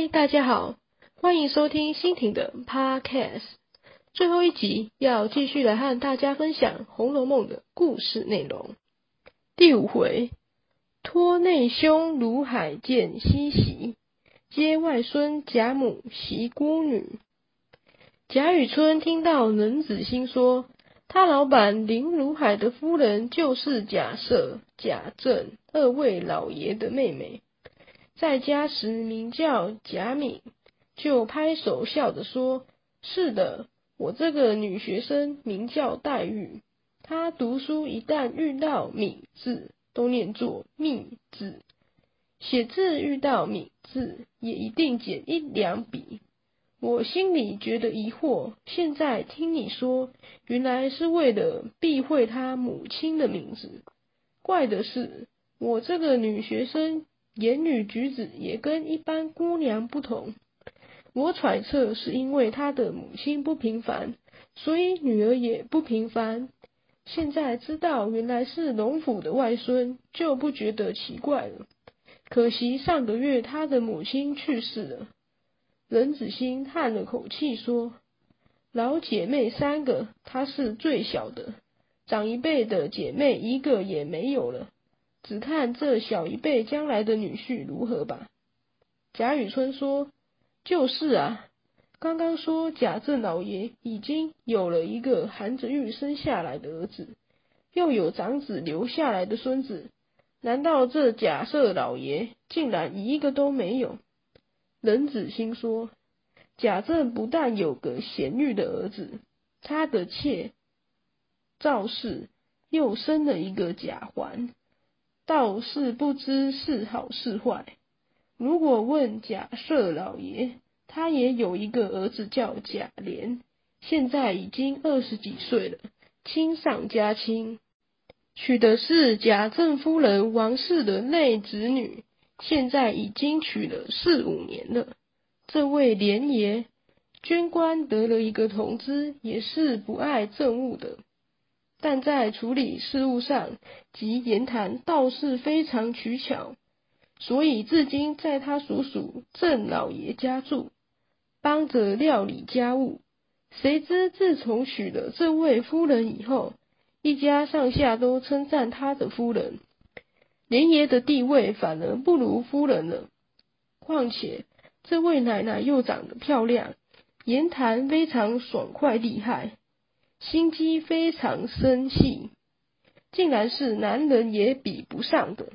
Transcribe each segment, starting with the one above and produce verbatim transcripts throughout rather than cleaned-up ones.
大家好，欢迎收听新婷的 Podcast。最后一集要继续来和大家分享《红楼梦》的故事内容。第五回，托内兄卢海见西席，接外孙贾母袭孤女。贾雨村听到冷子兴说，他老板林如海的夫人就是贾赦、贾政二位老爷的妹妹，在家时名叫贾敏，就拍手笑着说：“是的，我这个女学生名叫黛玉，她读书一旦遇到敏字，都念作密字；写字遇到敏字，也一定减一两笔。我心里觉得疑惑，现在听你说，原来是为了避讳她母亲的名字。怪的是，我这个女学生言语举止也跟一般姑娘不同。我揣测是因为她的母亲不平凡，所以女儿也不平凡。现在知道原来是龙府的外孙，就不觉得奇怪了。可惜上个月她的母亲去世了。”冷子兴叹了口气说：“老姐妹三个，她是最小的，长一辈的姐妹一个也没有了，只看这小一辈将来的女婿如何吧。”贾雨村说：“就是啊，刚刚说贾政老爷已经有了一个含着玉生下来的儿子，又有长子留下来的孙子，难道这贾赦老爷竟然一个都没有？”冷子兴说：“贾政不但有个贤玉的儿子，他的妾赵氏又生了一个贾环，倒是不知是好是坏。如果问贾赦老爷，他也有一个儿子叫贾琏，现在已经二十几岁了，亲上加亲，娶的是贾政夫人王氏的内侄女，现在已经娶了四五年了。这位琏爷捐官得了一个同知，也是不爱政务的，但在处理事务上及言谈倒是非常取巧，所以至今在他叔叔郑老爷家住，帮着料理家务。谁知自从娶了这位夫人以后，一家上下都称赞他的夫人，琏爷的地位反而不如夫人了。况且这位奶奶又长得漂亮，言谈非常爽快厉害，心机非常深细，竟然是男人也比不上的。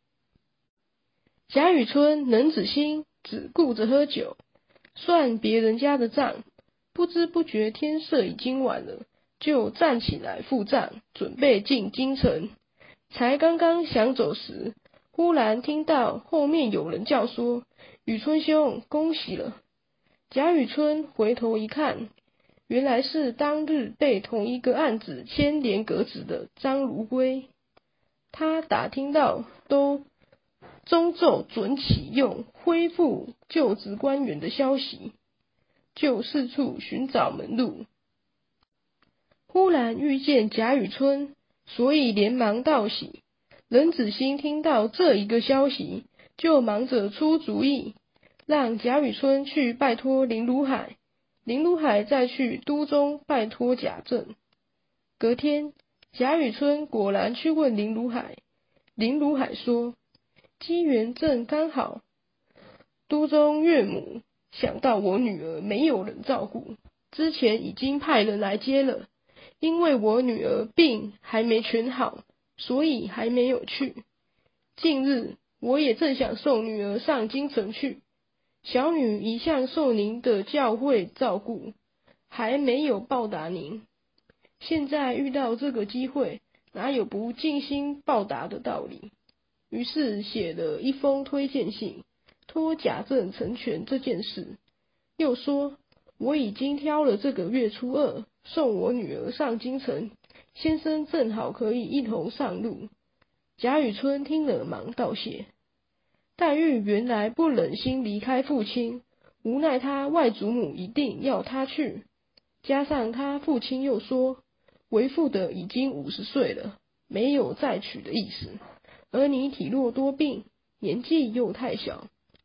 贾雨村、冷子兴只顾着喝酒，算别人家的账，不知不觉天色已经晚了，就站起来付账，准备进京城。才刚刚想走时，忽然听到后面有人叫说：“雨村兄，恭喜了！”贾雨村回头一看，原来是当日被同一个案子牵连革职的张如圭。他打听到都中奏准启用恢复就职官员的消息，就四处寻找门路。忽然遇见贾雨村，所以连忙道喜。冷子兴听到这一个消息，就忙着出主意，让贾雨村去拜托林如海，林如海再去都中拜托贾政。隔天，贾雨村果然去问林如海，林如海说：“机缘正刚好，都中岳母想到我女儿没有人照顾，之前已经派人来接了，因为我女儿病还没全好，所以还没有去。近日我也正想送女儿上京城去，小女一向受您的教诲照顾，还没有报答您，现在遇到这个机会，哪有不尽心报答的道理？”于是写了一封推荐信，托贾政成全这件事。又说：“我已经挑了这个月初二送我女儿上京城，先生正好可以一同上路。”贾雨村听了忙道谢。黛玉原来不忍心离开父亲，无奈他外祖母一定要他去，加上他父亲又说为父的已经五十岁了，没有再娶的意思，而你体弱多病，年纪又太小。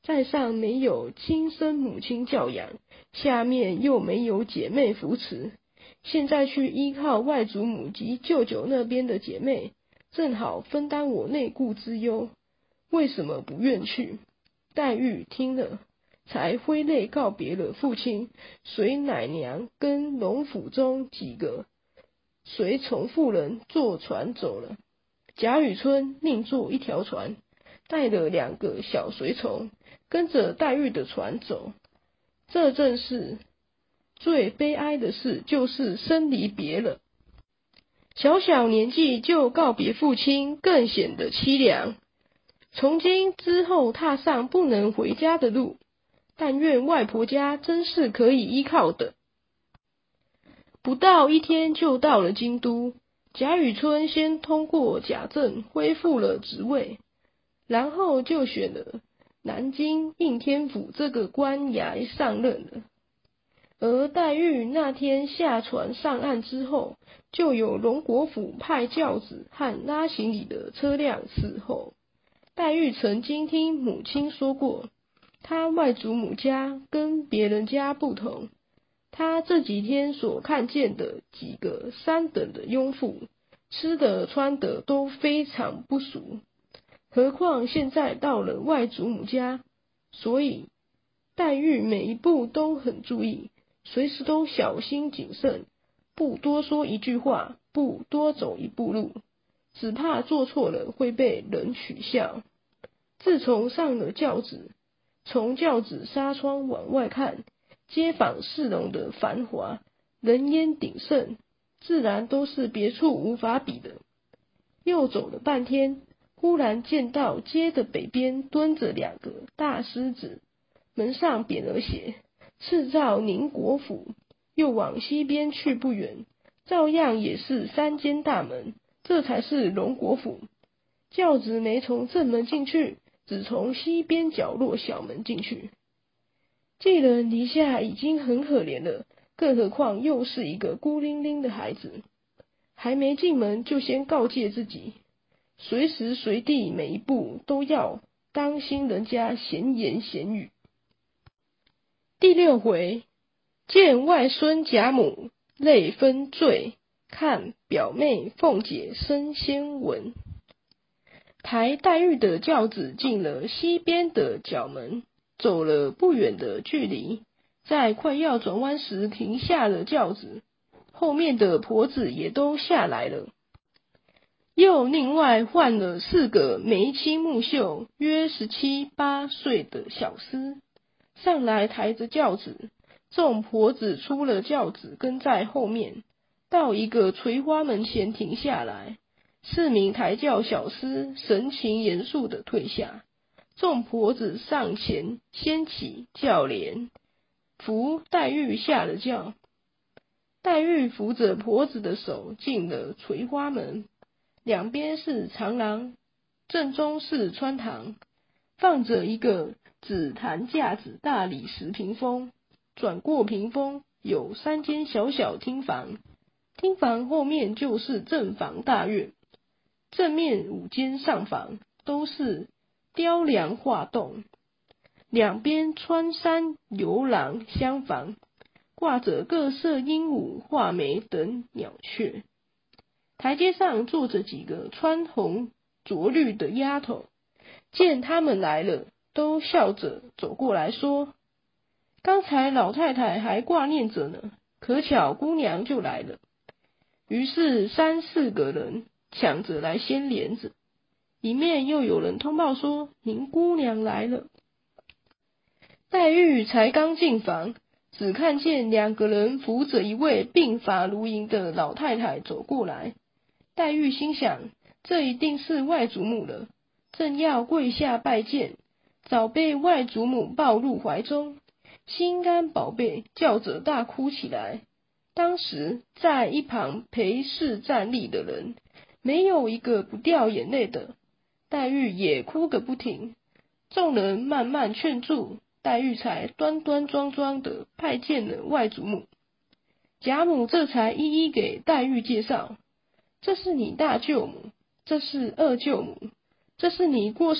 在上没有亲生母亲教养，下面又没有姐妹扶持，现在去依靠外祖母及舅舅那边的姐妹，正好分担我内顾之忧，为什么不愿去？黛玉听了，才挥泪告别了父亲，随奶娘跟龙府中几个随从妇人坐船走了。贾雨村另坐一条船，带了两个小随从，跟着黛玉的船走。这正是最悲哀的事，就是生离别了。小小年纪就告别父亲，更显得凄凉。从今之后踏上不能回家的路，但愿外婆家真是可以依靠的。不到一天就到了京都，贾雨村先通过贾政恢复了职位，然后就选了南京应天府这个官衙上任了。而黛玉那天下船上岸之后，就有荣国府派轿子和拉行李的车辆伺候。黛玉曾经听母亲说过，她外祖母家跟别人家不同，她这几天所看见的几个三等的庸妇，吃的穿的都非常不俗，何况现在到了外祖母家，所以黛玉每一步都很注意，随时都小心谨慎，不多说一句话，不多走一步路，只怕做错了会被人取笑。自从上了轿子，从轿子纱窗往外看，街坊市容的繁华，人烟鼎盛，自然都是别处无法比的。又走了半天，忽然见到街的北边蹲着两个大狮子，门上匾额写赤照宁国府。又往西边去不远，照样也是三间大门，这才是荣国府。轿子没从正门进去，只从西边角落小门进去。寄人篱下已经很可怜了，更何况又是一个孤零零的孩子。还没进门就先告诫自己，随时随地每一步都要当心人家闲言闲语。第六回，见外孙贾母泪分坠，看表妹凤姐生仙文。抬黛玉的轿子进了西边的角门，走了不远的距离，在快要转弯时停下了轿子，后面的婆子也都下来了。又另外换了四个眉清目秀，约十七八岁的小厮上来抬着轿子，众婆子出了轿子跟在后面，到一个垂花门前停下来。四名抬轿小厮神情严肃地退下，众婆子上前掀起轿帘，扶黛玉下了轿。黛玉扶着婆子的手进了垂花门，两边是长廊，正中是穿堂，放着一个紫檀架子大理石屏风，转过屏风有三间小小厅房，厅房后面就是正房大院。正面五间上房都是雕梁画栋，两边穿山游廊厢房挂着各色鹦鹉、画眉等鸟雀。台阶上坐着几个穿红着绿的丫头，见他们来了，都笑着走过来说：“刚才老太太还挂念着呢，可巧姑娘就来了。”于是三四个人抢着来掀帘子，一面又有人通报说您姑娘来了。黛玉才刚进房，只看见两个人扶着一位鬓发如银的老太太走过来。黛玉心想，这一定是外祖母了，正要跪下拜见，早被外祖母抱入怀中，心肝宝贝叫着大哭起来。当时在一旁陪侍站立的人，没有一个不掉眼泪的，黛玉也哭个不停。众人慢慢劝住，黛玉才端端庄庄的拜见了外祖母。贾母这才一一给黛玉介绍，这是你大舅母，这是二舅母，这是你过世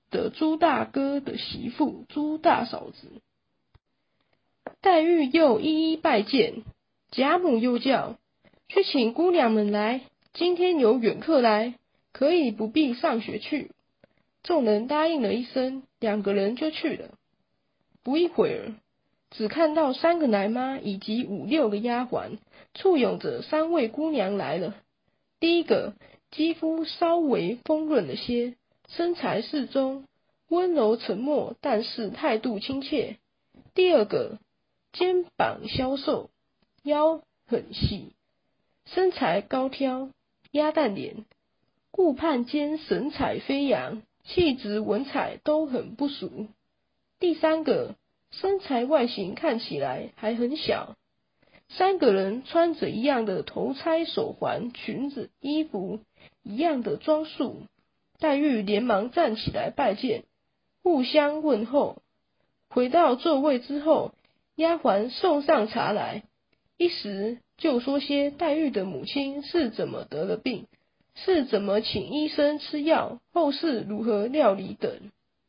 的朱大哥的媳妇朱大嫂子。黛玉又一一拜见，贾母又叫去请姑娘们来，今天有远客来，可以不必上学去。众人答应了一声，两个人就去了。不一会儿，只看到三个奶妈以及五六个丫鬟簇拥着三位姑娘来了。第一个肌肤稍微丰润了些，身材适中，温柔沉默，但是态度亲切。第二个肩膀消瘦，腰很细，身材高挑，鸭蛋脸，顾盼间神采飞扬，气质文采都很不俗。第三个身材外形看起来还很小。三个人穿着一样的头钗手环、裙子、衣服，一样的装束。黛玉连忙站起来拜见，互相问候。回到座位之后，丫鬟送上茶来，一时就说些黛玉的母亲是怎么得了病，是怎么请医生吃药，后事如何料理等。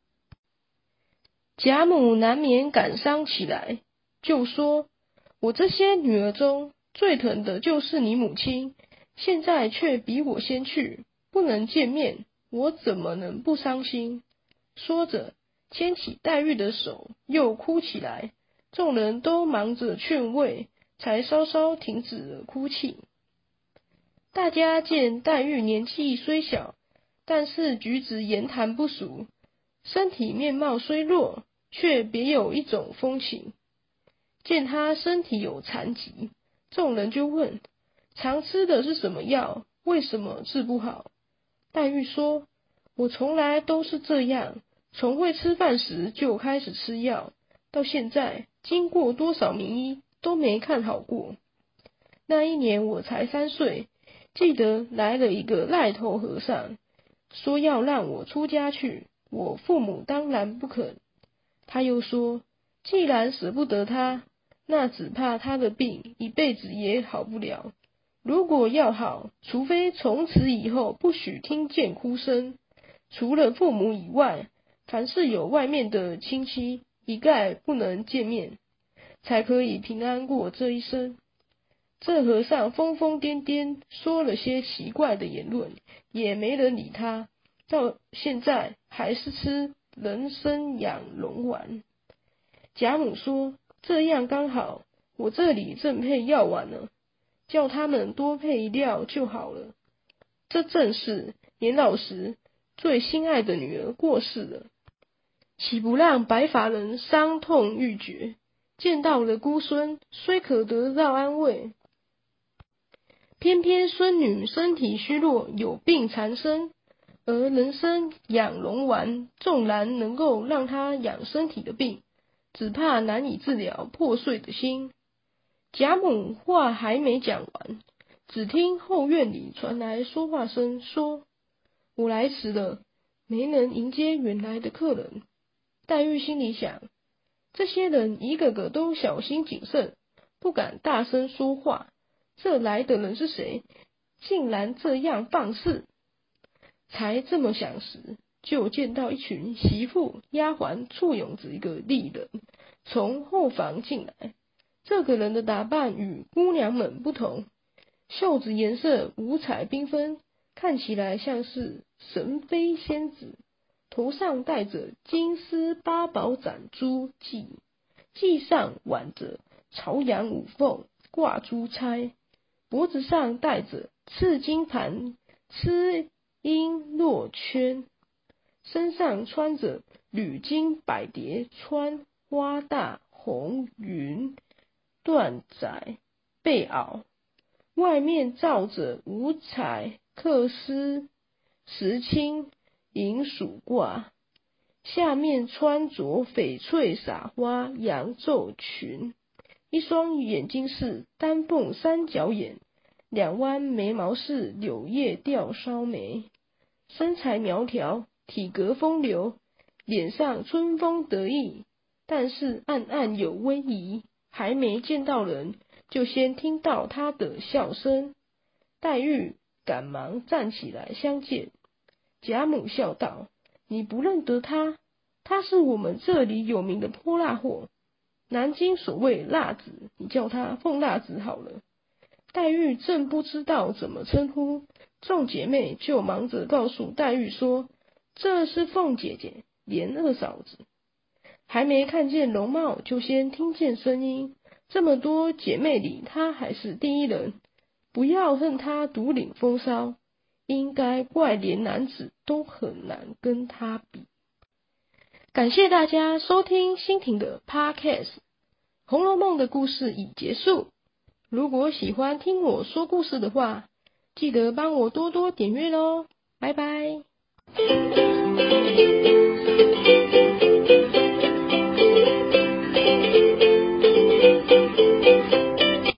贾母难免感伤起来，就说：我这些女儿中最疼的就是你母亲，现在却比我先去，不能见面，我怎么能不伤心？说着牵起黛玉的手，又哭起来。众人都忙着劝慰，才稍稍停止了哭泣。大家见黛玉年纪虽小，但是举止言谈不俗，身体面貌虽弱，却别有一种风情。见她身体有残疾，众人就问：常吃的是什么药？为什么治不好？黛玉说：我从来都是这样，从会吃饭时就开始吃药，到现在经过多少名医都没看好过。那一年我才三岁，记得来了一个癞头和尚，说要让我出家去，我父母当然不肯。他又说，既然舍不得他，那只怕他的病一辈子也好不了。如果要好，除非从此以后不许听见哭声，除了父母以外，凡是有外面的亲戚，一概不能见面，才可以平安过这一生。这和尚疯疯癫癫，说了些奇怪的言论，也没人理他，到现在还是吃人参养龙丸。贾母说，这样刚好，我这里正配药丸呢，叫他们多配料就好了。这正是年老时最心爱的女儿过世了，岂不让白发人伤痛欲绝？见到了孤孙，虽可得到安慰，偏偏孙女身体虚弱，有病缠身，而人参养龙丸纵然能够让她养身体的病，只怕难以治疗破碎的心。贾母话还没讲完，只听后院里传来说话声，说：我来迟了，没能迎接远来的客人。黛玉心里想，这些人一个个都小心谨慎，不敢大声说话，这来的人是谁？竟然这样放肆！才这么想时，就见到一群媳妇丫鬟簇拥着一个丽人从后房进来。这个人的打扮与姑娘们不同，袖子颜色五彩缤纷，看起来像是神妃仙子，头上戴着金丝八宝攒珠髻，髻上挽着朝阳五凤挂珠钗，脖子上戴着赤金盘螭璎珞圈，身上穿着缕金百蝶穿花大红云缎窄背袄，外面罩着五彩缂丝石青银鼠褂，下面穿着翡翠撒花羊皱裙，一双眼睛是丹凤三角眼，两弯眉毛是柳叶吊梢眉，身材苗条，体格风流，脸上春风得意，但是暗暗有威仪。还没见到人，就先听到他的笑声。黛玉赶忙站起来相见，贾母笑道： 你不认得他，他是我们这里有名的泼辣货。南京所谓辣子，你叫他凤辣子好了。黛玉正不知道怎么称呼，众姐妹就忙着告诉黛玉说，这是凤姐姐，连二嫂子。还没看见容貌，就先听见声音，这么多姐妹里，她还是第一人。不要恨她独领风骚，应该怪连男子都很难跟她比。感谢大家收听欣婷的 Podcast， 红楼梦的故事已结束。如果喜欢听我说故事的话，记得帮我多多点阅咯，拜拜。